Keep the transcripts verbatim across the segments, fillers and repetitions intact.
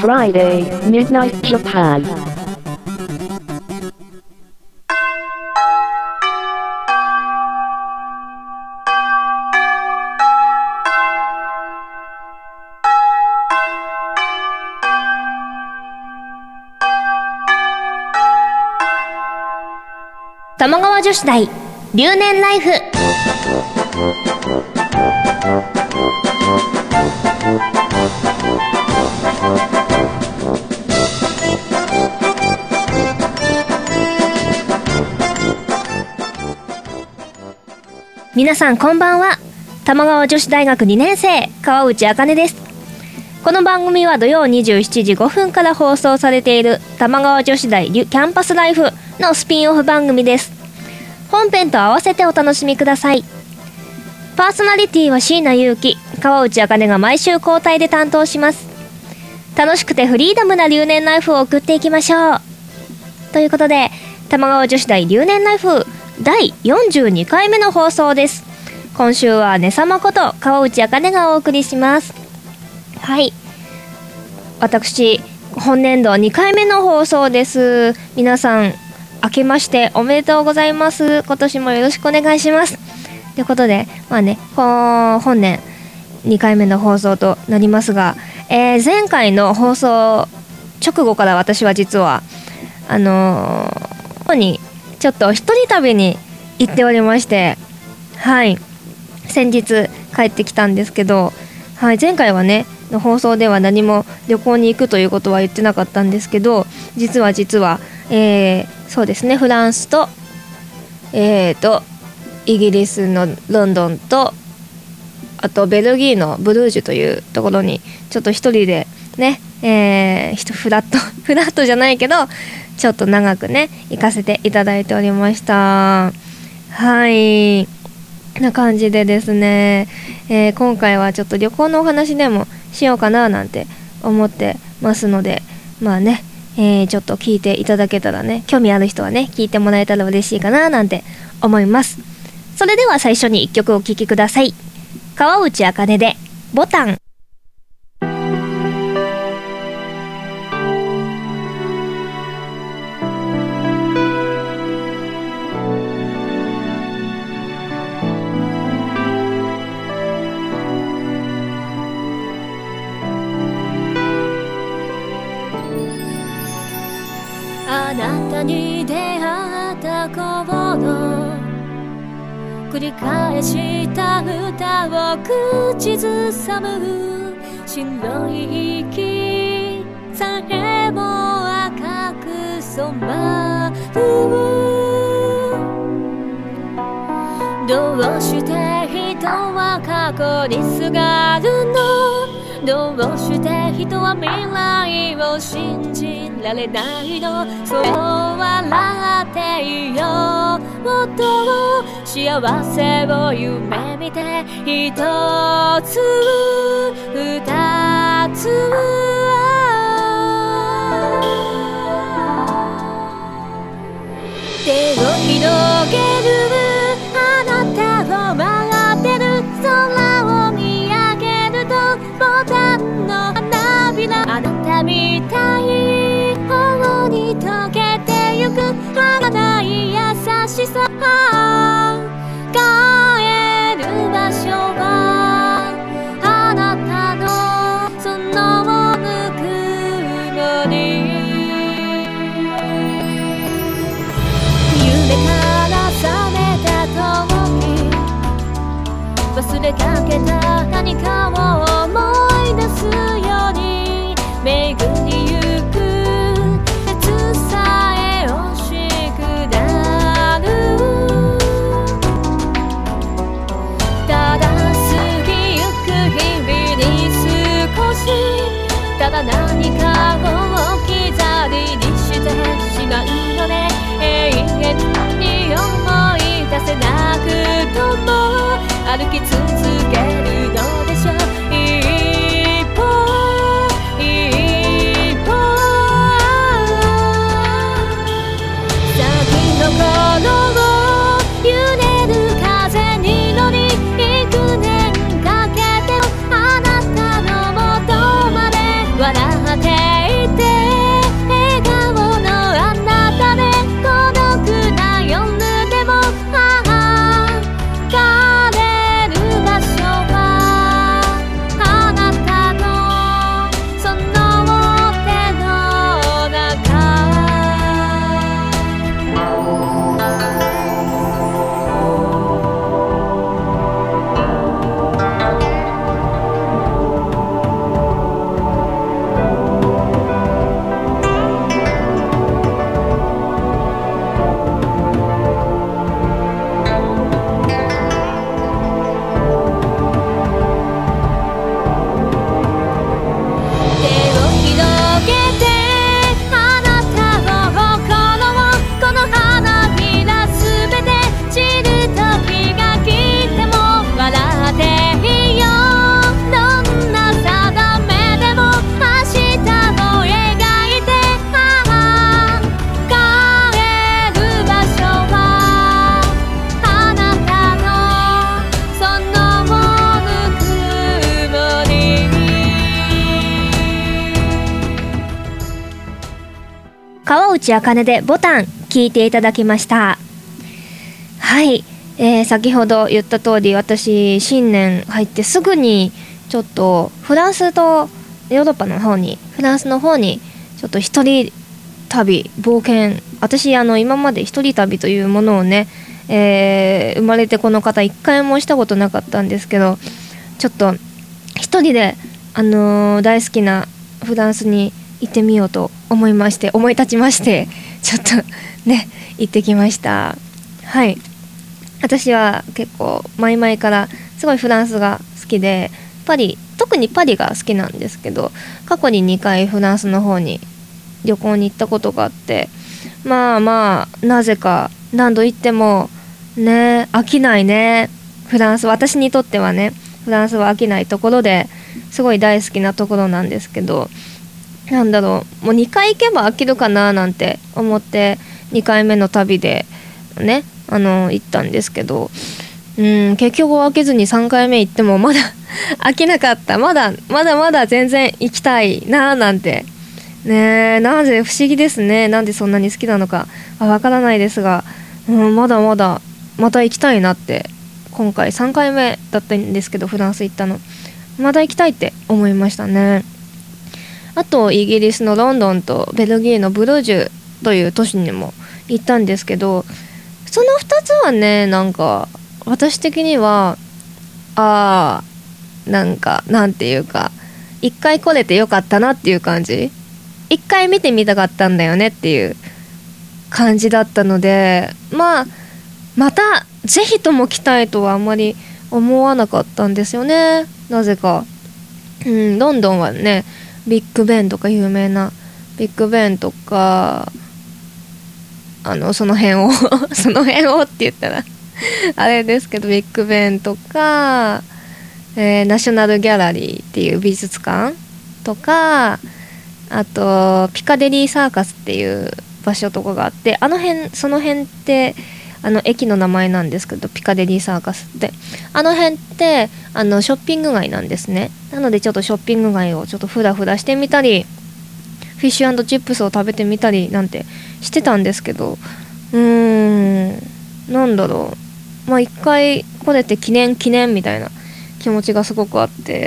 Friday, Midnight Japan. 玉川女子大留年ライフ。皆さんこんばんは。玉川女子大学にねん生川内茜です。この番組は土曜にじゅうしちじごふんから放送されている玉川女子大キャンパスライフのスピンオフ番組です。本編と合わせてお楽しみください。パーソナリティは椎名優樹、川内茜が毎週交代で担当します。楽しくてフリーダムな留年ライフを送っていきましょう。ということで玉川女子大留年ライフだいよんじゅうにかいめの放送です。今週はねさまこと川内茜がお送りします。はい、私本年度にかいめの放送です。皆さん明けましておめでとうございます。今年もよろしくお願いします。ということでまあね本年にかいめの放送となりますが、えー、前回の放送直後から私は実はあのー、ここにちょっと一人旅に行っておりまして、はい先日帰ってきたんですけど、はい前回はねの放送では何も旅行に行くということは言ってなかったんですけど、実は実は、えー、そうですねフランスとえーとイギリスのロンドンとあとベルギーのブルージュというところにちょっと一人でね、えー、フラットフラットじゃないけどちょっと長くね行かせていただいておりました。はいな感じでですね、えー、今回はちょっと旅行のお話でもしようかななんて思ってますので、まあね、えー、ちょっと聞いていただけたらね、興味ある人はね聞いてもらえたら嬉しいかななんて思います。それでは最初にいっきょくお聴きください。川内茜でボタン。 あなたに出会った頃繰り返した歌を口ずさむ白い息さえも赤く染まる。どうして人は過去にすがるの？どうして人は未来を信じられないの？そう笑っていようと幸せを夢見て一つ二つ手を広げるあなたを待ってる空を見上げるとボタンの花びらあなたみたい頬に溶けてゆく儚い優しさ帰る場所はあなたのそのぬくもり夢から覚めた時忘れかけた何かを思い出すように巡りゆく切さえ惜しくなる。ただ過ぎゆく日々に少しただ何かを置き去りにしてしまうのね。永遠に思い出せなくとも歩き続けるのでしょう。一歩一歩先の頃を揺れる風に乗り幾年かけてあなたの元まで笑って川内茜でボタン聞いていただきました。はい、えー、先ほど言った通り、私新年入ってすぐにちょっとフランスとヨーロッパの方にフランスの方にちょっと一人旅冒険、私あの今まで一人旅というものをね、えー、生まれてこの方一回もしたことなかったんですけど、ちょっと一人で、あのー、大好きなフランスに行ってみようと思いまして思い立ちましてちょっとね行ってきました。はい、私は結構前々からすごいフランスが好きで、パリ、特にパリが好きなんですけど、過去ににかいフランスの方に旅行に行ったことがあって、まあまあなぜか何度行ってもね飽きないね。フランス、私にとってはねフランスは飽きないところですごい大好きなところなんですけど、なんだろう、もうにかい行けば飽きるかななんて思ってにかいめの旅でねあの行ったんですけど、うん結局飽きずにさんかいめ行ってもまだ飽きなかった。まだまだまだ全然行きたいななんてねえ、なぜ不思議ですね。なんでそんなに好きなのかわからないですが、うん、まだまだまた行きたいなって、今回さんかいめだったんですけどフランス行ったの、また行きたいって思いましたね。あとイギリスのロンドンとベルギーのブルージュという都市にも行ったんですけど、そのふたつはねなんか私的にはあーなんかなんていうかいっかい来れてよかったなっていう感じ、いっかい見てみたかったんだよねっていう感じだったので、まあまたぜひとも来たいとはあんまり思わなかったんですよね、なぜか。うん、ロンドンはねビッグベンとか有名なビッグベンとか、あのその辺をその辺をって言ったらあれですけど、ビッグベンとか、えー、ナショナルギャラリーっていう美術館とか、あとピカデリーサーカスっていう場所とかがあって、あの辺その辺ってあの駅の名前なんですけど、ピカデリーサーカスってあの辺ってあのショッピング街なんですね。なのでちょっとショッピング街をちょっとフラフラしてみたり、フィッシュ&チップスを食べてみたりなんてしてたんですけど、うーんなんだろう、まあ一回来れて記念記念みたいな気持ちがすごくあって、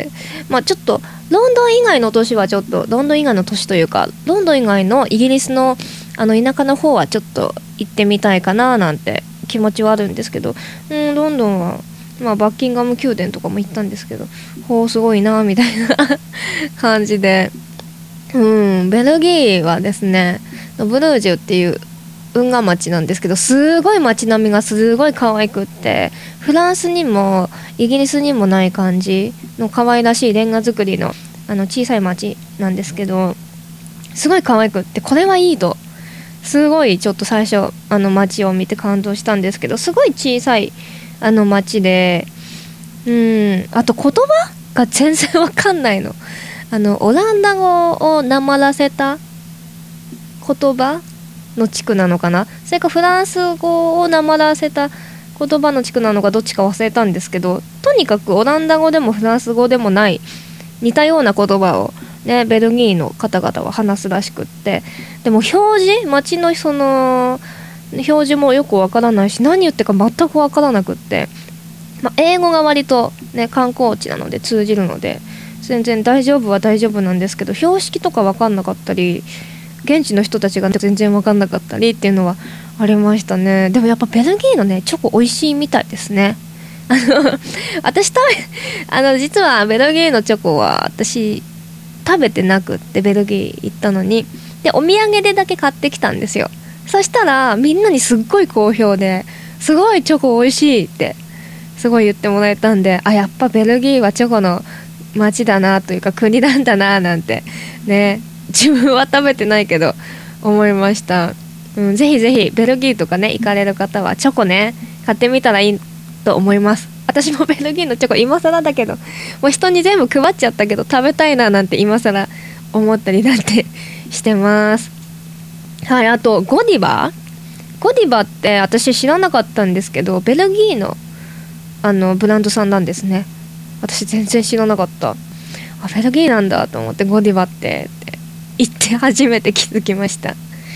まあちょっとロンドン以外の都市はちょっとロンドン以外の都市というかロンドン以外のイギリスのあの田舎の方はちょっと行ってみたいかななんて気持ちはあるんですけど、うんロンドンはまあバッキンガム宮殿とかも行ったんですけど、ほうすごいなみたいな感じで、うんベルギーはですねブルージュっていう運河町なんですけど、すごい街並みがすごい可愛くって、フランスにもイギリスにもない感じの可愛らしいレンガ造りのあの小さい町なんですけど、すごい可愛くって、これはいいとすごいちょっと最初あの街を見て感動したんですけど、すごい小さいあの街で、うんあと言葉が全然わかんないの。あのオランダ語をなまらせた言葉の地区なのかな、それかフランス語をなまらせた言葉の地区なのかどっちか忘れたんですけど、とにかくオランダ語でもフランス語でもない似たような言葉をねベルギーの方々は話すらしくって、でも表示街のその表示もよくわからないし、何言ってるか全くわからなくって、まあ、英語が割とね観光地なので通じるので全然大丈夫は大丈夫なんですけど、標識とか分かんなかったり現地の人たちが全然分かんなかったりっていうのはありましたね。でもやっぱベルギーのねチョコ美味しいみたいですね。あの私食べあの実はベルギーのチョコは私食べてなくって、ベルギー行ったのにでお土産でだけ買ってきたんですよ。そしたらみんなにすっごい好評で、すごいチョコ美味しいってすごい言ってもらえたんで、あやっぱベルギーはチョコの街だなというか国なんだななんてね、自分は食べてないけど思いました、うん、ぜひぜひベルギーとかね行かれる方はチョコね買ってみたらいいと思います。私もベルギーのチョコ今更だけどもう人に全部配っちゃったけど食べたいななんて今更思ったりなんてしてます。はい、あとゴディバゴディバって私知らなかったんですけど、ベルギーのあのブランドさんなんですね。私全然知らなかった。あベルギーなんだと思って、ゴディバってって言って初めて気づきました。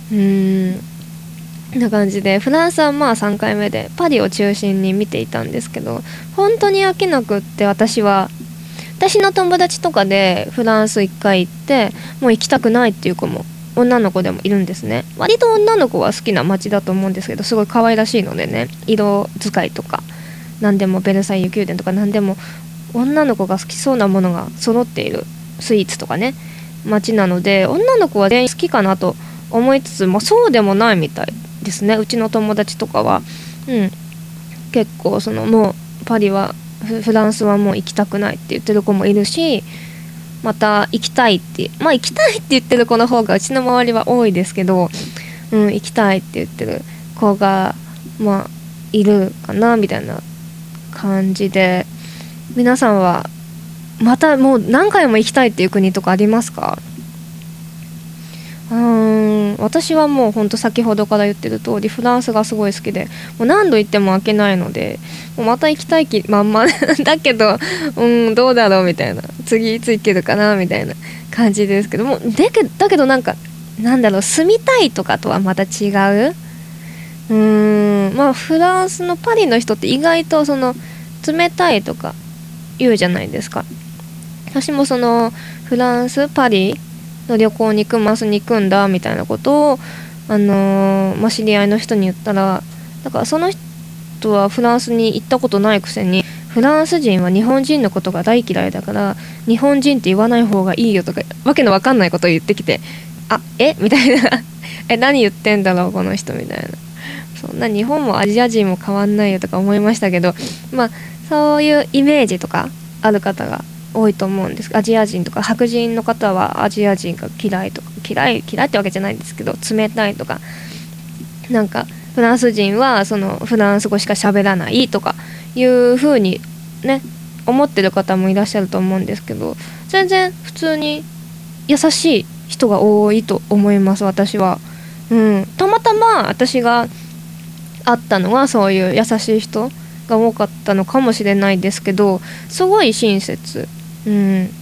うーんな感じで、フランスはまあさんかいめでパリを中心に見ていたんですけど、本当に飽きなくって、私は私の友達とかでフランスいっかい行ってもう行きたくないっていう子も女の子でもいるんですね。割と女の子は好きな街だと思うんですけど、すごい可愛らしいのでね、色使いとか何でも、ベルサイユ宮殿とか何でも女の子が好きそうなものが揃っているスイーツとかね、街なので、女の子は全員好きかなと思いつつも、そうでもないみたいですね。うちの友達とかは、うん、結構そのもうパリはフランスはもう行きたくないって言ってる子もいるし、また行きたいってまあ行きたいって言ってる子の方がうちの周りは多いですけど、うん、行きたいって言ってる子がまあいるかなみたいな感じで、皆さんはまたもう何回も行きたいっていう国とかありますか？うーん私はもうほんと先ほどから言ってる通りフランスがすごい好きで、もう何度行っても飽きないので、もうまた行きたい気まんまだけど、うんどうだろうみたいな、次いつ行けるかなみたいな感じですけども、だけだけどなんかなんだろう、住みたいとかとはまた違う。うーんまあフランスのパリの人って意外とその冷たいとか言うじゃないですか。私もそのフランスパリの旅行に行くマスに行くんだみたいなことを、あのーまあ、知り合いの人に言ったら、だからその人はフランスに行ったことないくせに、フランス人は日本人のことが大嫌いだから日本人って言わない方がいいよとか、わけのわかんないことを言ってきて、あえみたいなえ何言ってんだろうこの人みたいな、そんな日本もアジア人も変わんないよとか思いましたけど、まあそういうイメージとかある方が多いと思うんです。アジア人とか白人の方はアジア人が嫌いとか、嫌い嫌いってわけじゃないんですけど冷たいとか、なんかフランス人はそのフランス語しか喋らないとかいう風にね思ってる方もいらっしゃると思うんですけど、全然普通に優しい人が多いと思います私は。うん、たまたま私が会ったのはそういう優しい人が多かったのかもしれないですけど、すごい親切、うん、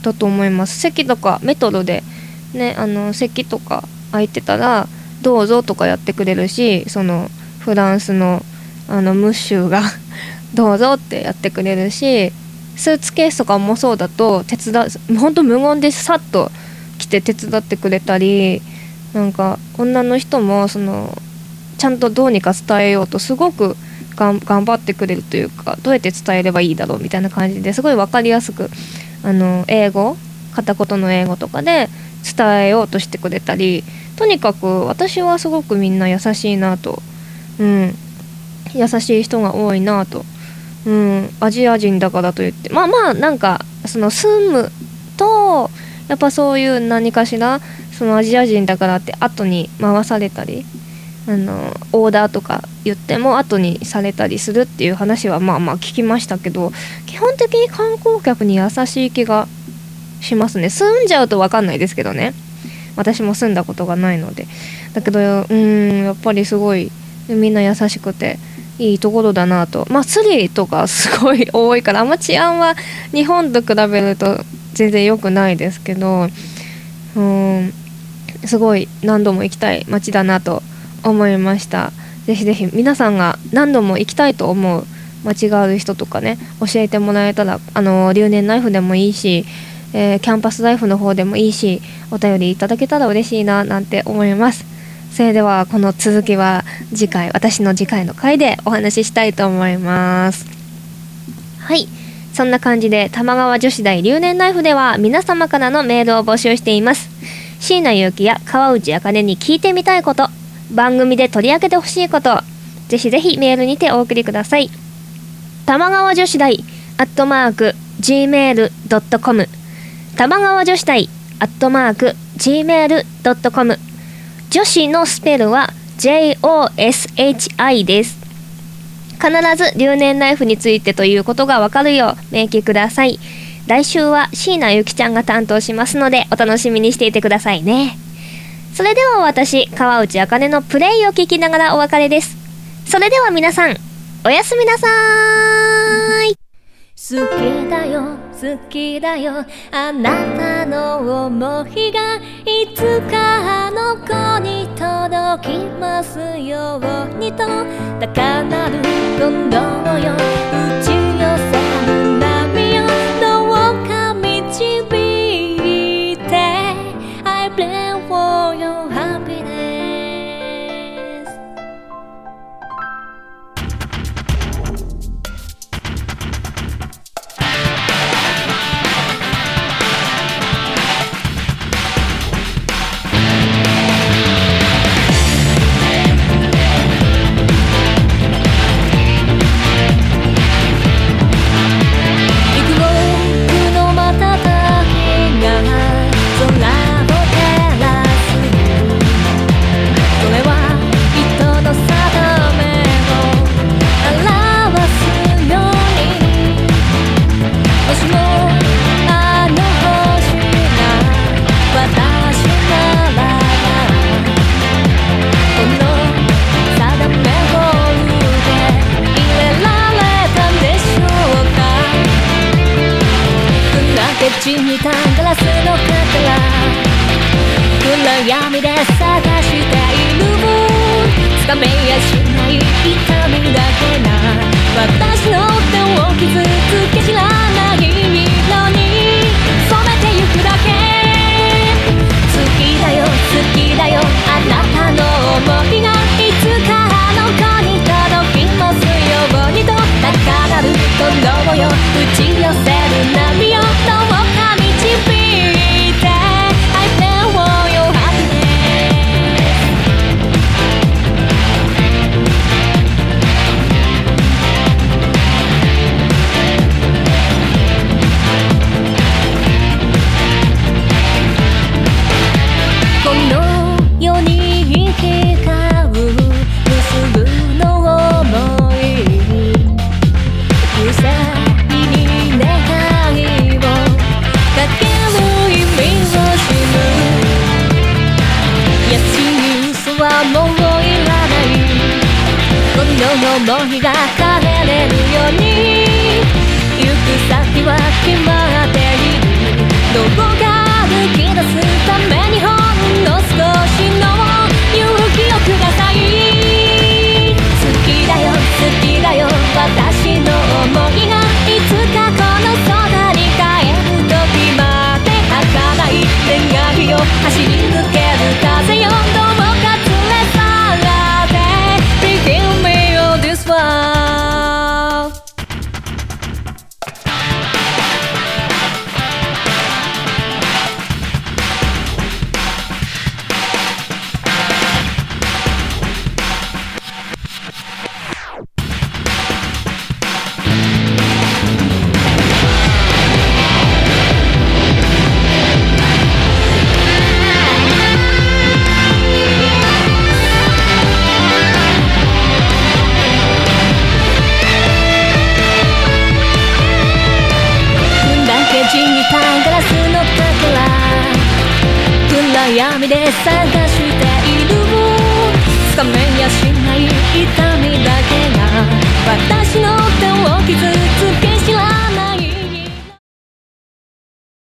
だと思います。席とかメトロでね、あの席とか空いてたらどうぞとかやってくれるし、そのフランスのあのムッシュがどうぞってやってくれるし、スーツケースとかもそうだと手伝う、ほんと無言でさっと来て手伝ってくれたり、なんか女の人もそのちゃんとどうにか伝えようとすごくがん頑張ってくれるというか、どうやって伝えればいいだろうみたいな感じですごい分かりやすく、あの英語片言の英語とかで伝えようとしてくれたり、とにかく私はすごくみんな優しいなと、うん、優しい人が多いなと、うん、アジア人だからといってまあまあなんかその住むとやっぱそういう何かしらそのアジア人だからって後に回されたり、あのオーダーとか言っても後にされたりするっていう話はまあまあ聞きましたけど、基本的に観光客に優しい気がしますね。住んじゃうと分かんないですけどね、私も住んだことがないので。だけどうーんやっぱりすごいみんな優しくていいところだなと。まあスリとかすごい多いからあんま治安は日本と比べると全然良くないですけど、うーんすごい何度も行きたい街だなと思いました。ぜひぜひ皆さんが何度も行きたいと思う街がある人とかね、教えてもらえたら、あの留年ライフでもいいし、えー、キャンパスライフの方でもいいし、お便りいただけたら嬉しいななんて思います。それではこの続きは次回、私の次回の回でお話ししたいと思います。はい、そんな感じで玉川女子大留年ライフでは皆様からのメールを募集しています。椎名結城や川内茜に聞いてみたいこと、番組で取り上げてほしいこと、ぜひぜひメールにてお送りください。玉川女子大アットマーク ジーメールドットコム、 玉川女子大アットマーク ジーメールドットコム、 女子のスペルは ジェイオーエスエイチアイ です。必ず留年ライフについてということがわかるよう明記ください。来週は椎名ゆきちゃんが担当しますのでお楽しみにしていてくださいね。それでは私川内茜のプレイを聞きながらお別れです。それでは皆さんおやすみなさーい。 好きだよ好きだよあなたの想いがいつかあの子に届きますようにと高鳴る今度よ打ち寄せる波よどうか導いて I pray for your happiness地にたガラスのかけら暗闇で探しているつかめやしない痛みだけが私の手を傷つけ知らない色に染めてゆくだけ好きだよ好きだよあなたの想いがいつかあの子に届きますようにと高鳴る鼓動よ打ち寄せる波よ思いが枯れれるように行く先は決まっているどこか抜き出すためにほんの少しの勇気をください好きだよ好きだよ私の想いがいつかこの空に帰る時まで儚い願いを走り抜ける風よどうか連れ去られ Begin me this world 闇で探しているつかめやしない痛みだけが私の手を傷つ